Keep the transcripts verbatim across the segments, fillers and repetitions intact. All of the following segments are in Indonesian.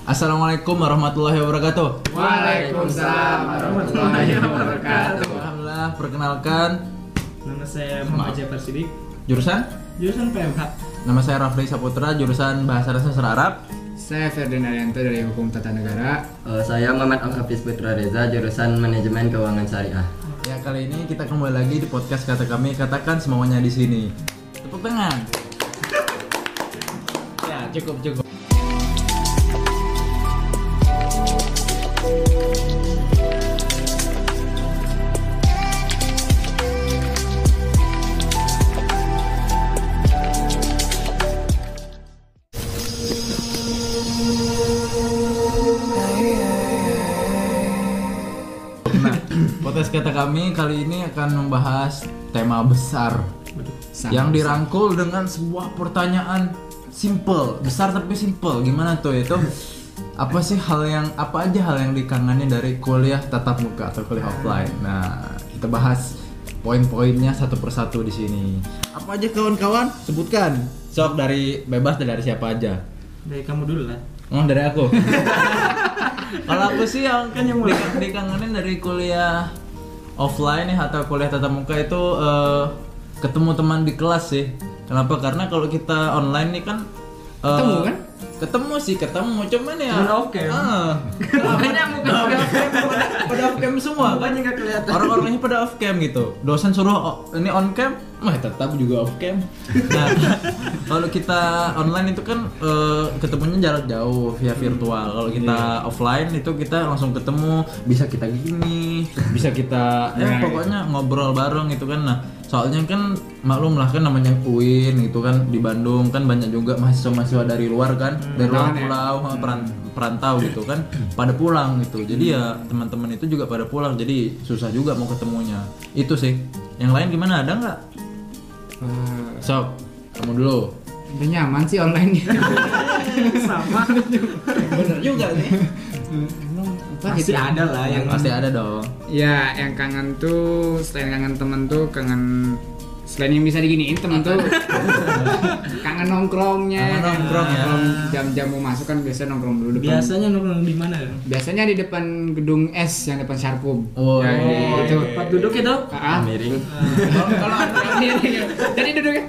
Assalamualaikum warahmatullahi wabarakatuh. Waalaikumsalam warahmatullahi wabarakatuh. Alhamdulillah, perkenalkan. Nama saya Muhammad Jafar Sidik. Jurusan? Jurusan P M H. Nama saya Rafli Saputra, jurusan Bahasa dan Sastra Arab. Saya Ferdinand Arianto dari Hukum Tata Negara. Uh, saya Muhammad Al-Hafiz Putra Reza, jurusan Manajemen Keuangan Syariah. Ya, kali ini kita kembali lagi di podcast Kata Kami, katakan semuanya di sini. Tepuk tangan. Ya, cukup cukup. Nah, podcast Kata Kami kali ini akan membahas tema besar Sangat yang besar. dirangkul dengan sebuah pertanyaan simple, besar tapi simple. Gimana tuh itu? Apa sih hal yang apa aja hal yang dikangenin dari kuliah tatap muka atau kuliah offline? Nah, kita bahas poin-poinnya satu persatu di sini. Apa aja kawan-kawan? Sebutkan. Sok dari bebas dari siapa aja? Dari kamu dulu lah. Oh, dari aku. Kalau aku sih yang kan yang mulai dikangenin dari kuliah offline nih atau kuliah tatap muka itu eh, ketemu teman di kelas sih. Kenapa? Karena kalau kita online nih kan eh, Ketemu kan? Ketemu sih, ketemu cuman ya. Cuman off cam. Ah. Makanya muka pada, pada off cam semua kan. nggak kelihatan. Orang-orangnya pada off cam gitu. Dosen suruh oh, ini on cam, mah tetap juga off cam. Nah, kalau kita online itu kan eh, ketemunya jarak jauh via virtual. Kalau kita offline itu kita langsung ketemu, bisa kita gini, bisa kita ya Nah, pokoknya ngobrol bareng gitu kan. Nah, soalnya kan maklum lah kan namanya U I N gitu kan di Bandung kan banyak juga mahasiswa-mahasiswa dari luar kan, dari luar Nah, ya. pulau, peran- perantau gitu kan pada pulang gitu. Jadi ya teman-teman itu juga pada pulang. Jadi susah juga mau ketemunya. Itu sih. Yang lain gimana? Ada nggak? Eh, Sok, kamu dulu. udah nyaman sih online. Sama. Bener juga nih. Emang apa Pasti gitu? ada lah yang Pasti ada dong. Ya, yang kangen tuh selain kangen temen tuh kangen selain yang bisa diginiin temen tuh kangen nongkrongnya. Kangen nongkrong ya. Nongkrong jam-jam mau masuk kan biasa nongkrong dulu depan. biasanya nongkrong di mana? Biasanya di depan gedung S yang depan Syarkum. Oh, Ya, Oh, itu. tempat duduk itu? Ah, Miring. Kalau anak- Jadi duduknya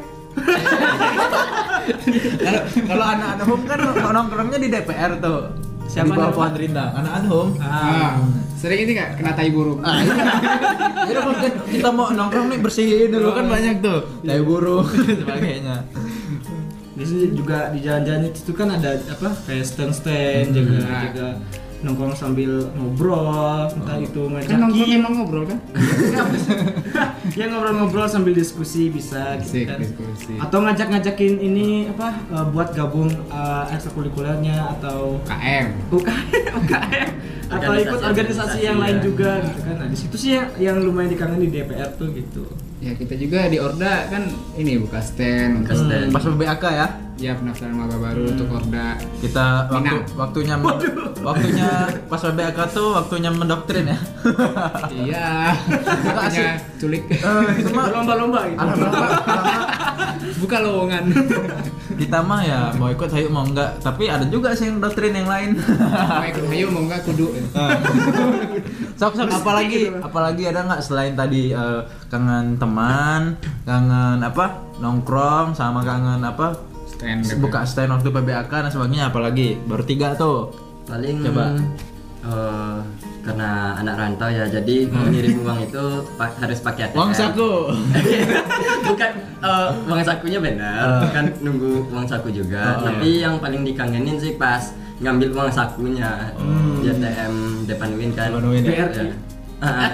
kalau kalau anak-anak home kan nongkrongnya di D P R tuh. Siapa di bawah nama? pohon rindang. Anak-anak home. Ah, sering ini nggak kena tai burung. Ah, iya. Jadi kalau kita mau nongkrong nih bersihin dulu kan banyak tuh. Tai burung dan sebagainya. Biasanya juga di jalan-jalan itu kan ada apa kayak stand-stand juga Nah. juga nongkrong sambil ngobrol, entah itu Kan nongkrong ngajakin emang ngobrol kan? ya ngobrol-ngobrol sambil diskusi bisa Asik, gitu kan. diskusi. Atau ngajak-ngajakin ini apa eh, buat gabung uh, ekstrakurikulernya atau K M. U K M, U K M atau Organisasi- ikut organisasi yang lain ya. juga gitu kan. Nah, di situ sih yang, yang lumayan dikangen di D P R tuh gitu. Ya kita juga di Orda kan ini buka stand. Buka stand. Pas B B A K ya. Ya pendaftaran maba baru untuk Orda. Kita waktu Minang. waktunya waktunya pas B B A K tuh waktunya mendoktrin ya. Iya. asik. Makanya culik. Eh, itu mah Berlomba-lomba gitu. anak-anak Buka lowongan. kita mah ya mau ikut ayo mau enggak, tapi ada juga sih yang doktrin yang lain. Mau ikut hayu mau enggak kudu. Sok sok apalagi apalagi ada nggak selain tadi eh, kangen teman, kangen apa nongkrong sama kangen apa Stand. buka stand waktu P B A K dan sebagainya, apalagi baru tiga tuh. Paling Coba. eh, karena anak rantau ya, jadi mengirim uang itu pa- harus pakai A T M. Uang saku. Bukan eh, uang sakunya benar, kan nunggu uang saku juga. Oh, Tapi yang paling dikangenin sih pas ngambil uang sakunya di A T M depan U I N kan. Depan U I N ya? B R I. Ya. Ah,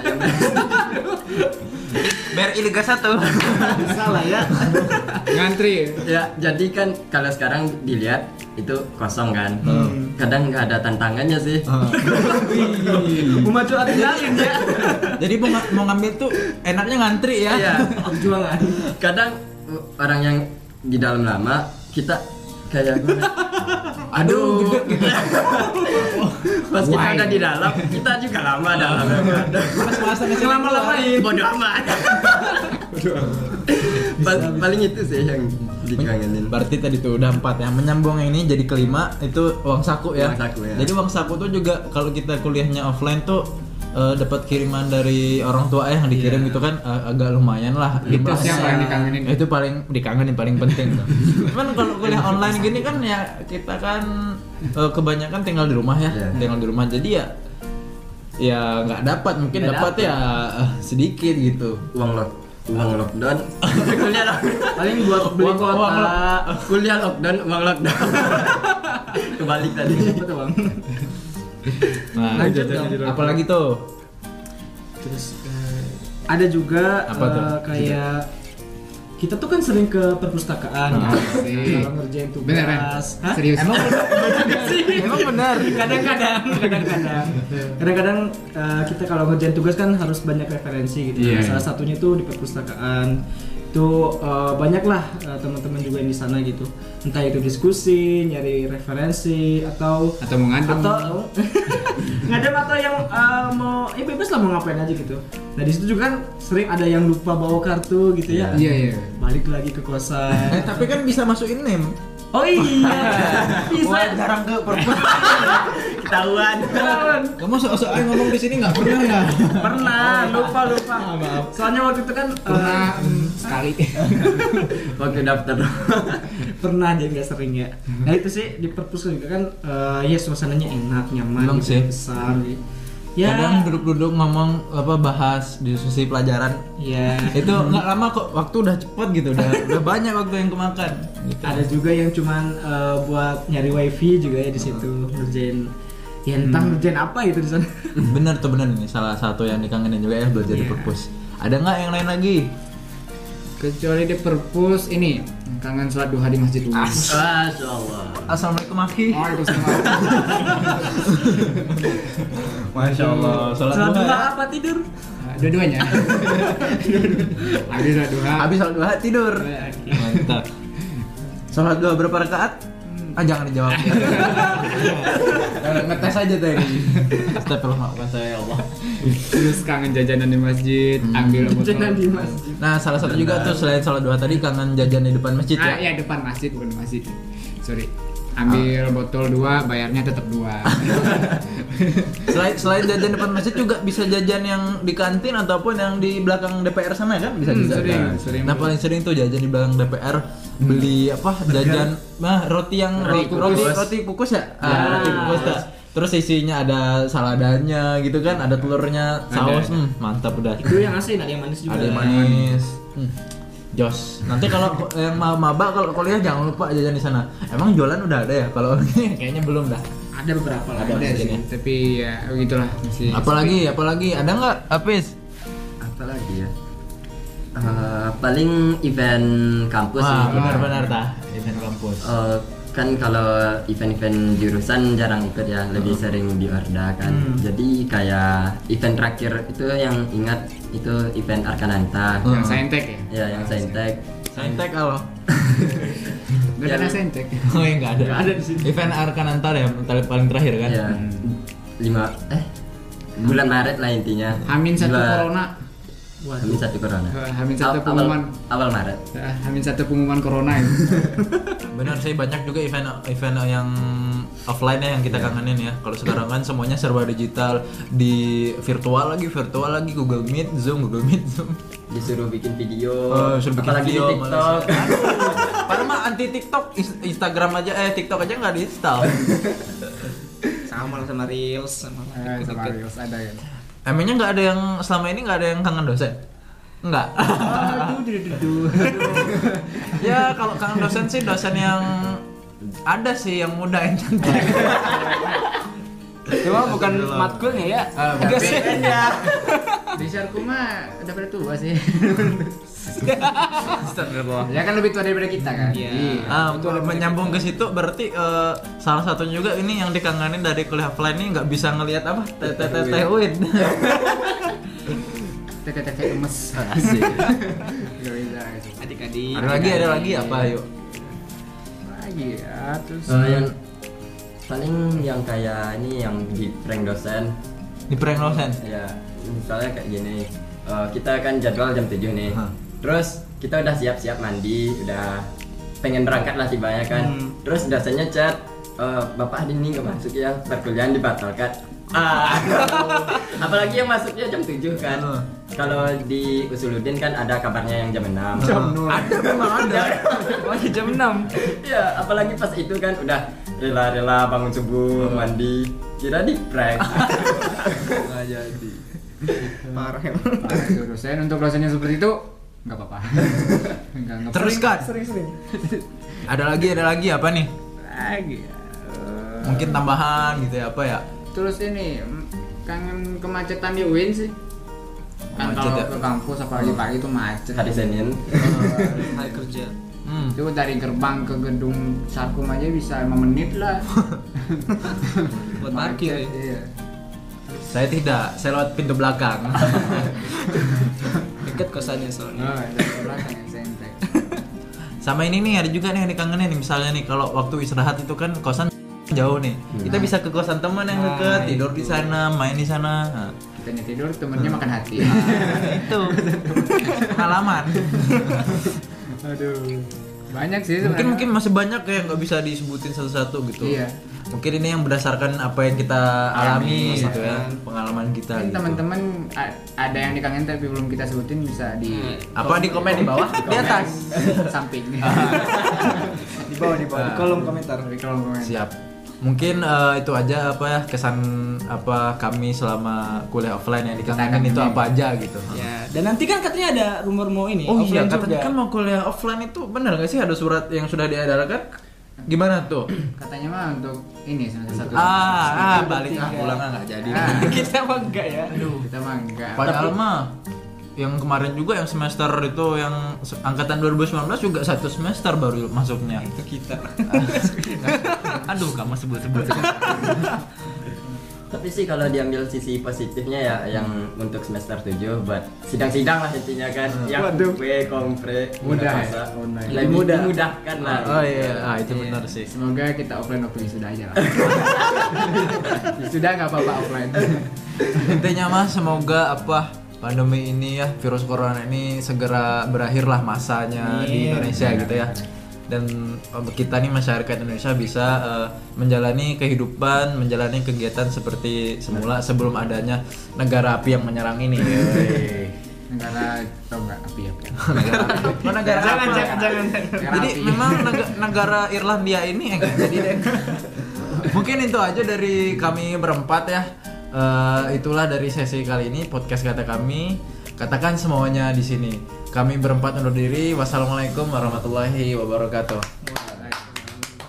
B R I Liga satu. Salah ya. Ngantri. ya, jadi kan kalau sekarang dilihat itu kosong kan. Kadang nggak ada tantangannya sih. Memacu adrenalin ya. Jadi mau, nga- mau ngambil tuh enaknya ngantri ya. Iya. Perjuangan. Kadang uh, orang yang di dalam lama kita kayak gimana? Aduh, gitu. Pas kita Why? udah di dalam, kita juga lama dalamnya. Pas masa masih Lama-lamain. Bodoh amat. Pal- paling itu sih yang dikangenin. Berarti tadi tuh udah empat ya. Menyambung yang ini jadi kelima itu uang saku ya. Uang saku, ya. Jadi uang saku tuh juga kalau kita kuliahnya offline tuh eh, dapat kiriman dari orang tua yang dikirim Iya. gitu kan eh, agak lumayan lah. Itu Jumlah- sih yang paling dikangenin. Itu paling dikangenin paling penting tuh. Cuman kalau kuliah online gini kan ya kita kan eh, kebanyakan tinggal di rumah ya, Iya. tinggal di rumah jadi ya ya nggak dapat mungkin Nggak dapat dapet. ya eh, sedikit gitu. Uang lock uang lockdown. Kuliah lockdown. Paling buat beli Uang- kota. uang Kuliah lockdown, uang lockdown. Kebalik tadi. Betul bang. Nah, Lanjut itu- dong. apalagi tuh? Terus eh, ada juga Apa tuh? eh, kayak kita tuh kan sering ke perpustakaan Nah, ya. sih. Kalau ngerjain tugas. Bener kan? Hah? Serius. Emang emang benar. Kadang-kadang, kadang-kadang, kadang-kadang eh, kita kalau ngerjain tugas kan harus banyak referensi gitu. Iya. Salah satunya tuh di perpustakaan. Itu eh, banyak lah eh, teman-teman juga yang di sana gitu. Entah itu diskusi, nyari referensi atau Atau mau ngadem. atau ngadem atau yang eh, mau ya bebas lah mau ngapain aja gitu. Nah di situ juga kan sering ada yang lupa bawa kartu gitu ya. Iya iya. Balik lagi ke kosan. Eh tapi kan bisa masukin name. Oh iya, bisa. Wah, jarang ke perpus. Ketahuan. Kamu sok-sokan ngomong di sini nggak pernah ya? Pernah, lupa lupa. maaf. Soalnya waktu itu kan eh, Pernah mm, sekali. Waktu daftar. pernah jadi nggak sering ya. Nah itu sih di perpus juga kan eh, ya suasananya enak, nyaman, Emang gitu, sih. besar. Gitu. Ya, Kadang duduk-duduk ngomong apa bahas diskusi pelajaran. ya. Itu nggak lama kok, waktu udah cepet gitu, udah udah banyak waktu yang kemakan. Gitu. Ada juga yang cuman eh, buat nyari wifi juga ya di situ ngerjain. Ya entah ngerjain apa gitu di sana. Bener tuh bener nih salah satu yang dikangenin juga ya belajar di Iya. perpus. Ada nggak yang lain lagi? Kecuali di perpus ini kangen sholat duha di masjid dulu. Masya Allah. Assalamualaikum Aki. Oh itu sama. Masya Allah. Sholat Salah duha dua ya? apa tidur? Dua-duanya. Habis sholat duha. Habis sholat duha tidur. Mantap. Sholat duha berapa rakaat? Ah jangan dijawab. Jangan ngetes aja tadi. Astagfirullah maafkan saya ya Allah. Terus kangen jajanan di masjid, ambil botol. Jajanan di masjid. Nah salah satu juga tuh selain sholat duha tadi kangen jajan di depan masjid Ah ya. iya depan masjid bukan masjid. Sorry. Ambil botol dua, bayarnya tetap dua. Selain selain jajan depan masjid juga bisa jajan yang di kantin ataupun yang di belakang D P R sana kan bisa Hmm, juga. sering, Nah, sering. Nah paling sering tuh jajan di belakang D P R beli apa jajan nah roti yang roti Roti roti, kukus. roti kukus ya. Ya, Ah, roti kukus tak. Terus isinya ada saladanya gitu kan, ada telurnya, saus, Ada. hmm, mantap udah. Itu yang asin, ada yang manis juga. Ada yang manis. Hmm. Jos. Nanti kalau ko- yang ma- maba kalau kuliah jangan lupa jajan di sana. Emang jualan udah ada ya? Kalau kayaknya belum dah. Ada beberapa lah. Ada. Ada mungkin sih, ya. tapi ya begitulah masih. Apalagi, apalagi ada nggak, Apis? Apa lagi ya? Eh, paling event kampus Wah, sih. benar-benar tah event kampus. Eh, kan kalau event-event jurusan jarang ikut ya, lebih sering di Orda kan. Hmm. Jadi kayak event terakhir itu yang ingat itu event Arkananta. Hmm. Yang saintek ya? Ya, yang Saintek. Saintek kalau. Gak Ya. ada saintek. Oh ya nggak ada. Nggak ada di sini. Event Arkananta ya, paling paling terakhir kan. Ya. Lima eh bulan Maret lah intinya. Hamin satu Dua- corona. Hamin satu corona. Eh, Hamin satu Aw- pengumuman. Awal, awal Maret. Eh, Hamin satu pengumuman corona itu. Benar sih banyak juga event event yang offline ya yang kita kangenin ya. Kalau sekarang kan semuanya serba digital, di virtual lagi, virtual lagi, Google Meet, Zoom, Google Meet, Zoom. Disuruh bikin video. Oh, suruh bikin apalagi video di TikTok. malah sih. Padahal mah anti TikTok, Is- Instagram aja eh TikTok aja nggak di-install. Sama lah sama Reels sama Eh, sama Reels ada kan. Emangnya nggak ada yang selama ini nggak ada yang kangen dosen? Enggak. Aduh, duh, duh, duh. Ya kalau kangen dosen sih dosen yang ada sih yang muda yang cantik. Cuma bukan matkulnya ya. Ah, bukan. Dosennya. Di Syarku mah udah pada tua sih. Astagfirullah. Ya kan lebih tua daripada kita kan. Iya. Ah, menyambung ke situ berarti eh, salah satunya juga ini yang dikangenin dari kuliah offline ini nggak bisa ngelihat apa teteh win. Tete-tete emes. Asik. Gak bisa. Adik-adik. Ada lagi ada lagi apa yuk? Lagi ya terus. Eh, yang paling yang kayak ini yang di prank dosen. Di prank dosen. Ya, misalnya kayak gini. eh, kita kan jadwal jam tujuh nih. Hah. Terus kita udah siap-siap mandi, udah pengen berangkat lah tibanya kan. Hmm. Terus dosennya chat, e, Bapak hari ini nggak masuk ya, perkuliahan dibatalkan. Ah, apalagi yang masuknya jam tujuh kan. Hmm. Kalau di Usuludin kan ada kabarnya yang jam enam. Jam nol. Ada memang ada. Oh, jam enam. Ya, apalagi pas itu kan udah rela-rela bangun subuh, mandi, kira di prank. Nggak jadi. Parah ya. Parah itu dosen, untuk dosennya seperti itu nggak apa-apa. Nggak nggak Teruskan. Sering-sering. Ada lagi, ada lagi apa nih? lagi. ya. Mungkin tambahan gitu ya, apa ya? Terus ini mm, kangen kemacetan di U I N sih. Kan Macet kalau ya? ke kampus apalagi pagi itu macet. Hari Senin. Hari kerja. Hmm. Itu dari gerbang ke gedung Sarkum aja bisa lima menit lah. Buat parkir ya. Iya. Saya tidak, saya lewat pintu belakang. Dekat kosannya soalnya. Oh, dari belakang yang sentek. Sama ini nih, ada juga nih yang dikangenin nih, misalnya nih kalau waktu istirahat itu kan kosan jauh nih. Kita bisa ke kosan teman yang Nah, deket, tidur di itu. sana, main di sana. Nah, Kitanya tidur, temennya makan hati. itu pengalaman. Aduh. Banyak sih Mungkin sebenarnya. mungkin masih banyak ya yang nggak bisa disebutin satu-satu gitu. Iya. Mungkin ini yang berdasarkan apa yang kita alami Alami, gitu ya, pengalaman kita. Mungkin Gitu. teman-teman a- ada yang dikangen tapi belum kita sebutin bisa di Apa di komen di bawah? Di atas. samping. Di bawah di bawah. Di kolom komentar. Di kolom komentar. Siap. Mungkin eh, itu aja apa ya kesan apa kami selama kuliah offline yang dikangenin itu apa aja gitu. Ya, dan nanti kan katanya ada rumor mau ini. Oh iya, offline katanya juga. kan mau kuliah offline itu benar nggak sih ada surat yang sudah diadakan? Gimana tuh? Katanya mah untuk ini semester satu. Ah, ah Semester balik ah tiga. pulang ah, nggak jadi. Ah, Kita mah enggak ya. kita mah enggak. Padahal mah yang kemarin juga yang semester itu yang se- angkatan dua ribu sembilan belas juga satu semester baru masuknya. Itu kita. Aduh, kamu sebut-sebut. Tapi sih kalau diambil sisi positifnya ya yang untuk semester tujuh buat sidang-sidang lah intinya kan. Yang Waduh. W, kompre, Mudah ya? masa. Mudah. Lebih Lebih mudah. dimudahkan lah. Oh iya, ah, itu Iya. benar sih. Semoga kita offline waktu sudah aja lah. Sudah nggak apa-apa offline. Intinya mah semoga apa pandemi ini ya virus corona ini segera berakhirlah masanya di Amin. Indonesia gitu ya. Dan untuk kita nih masyarakat Indonesia bisa eh, menjalani kehidupan, menjalani kegiatan seperti semula sebelum adanya negara api yang menyerang ini. Negara tau nggak api ya? Negara api. Oh, negara Jangan, apa? jangan, jangan. Negara Jadi api. memang neg- negara Irlandia ini yang jadi deh. Mungkin itu aja dari kami berempat ya. Eh, itulah dari sesi kali ini podcast kata kami. Katakan semuanya di sini. Kami berempat undur diri. Wassalamualaikum warahmatullahi wabarakatuh.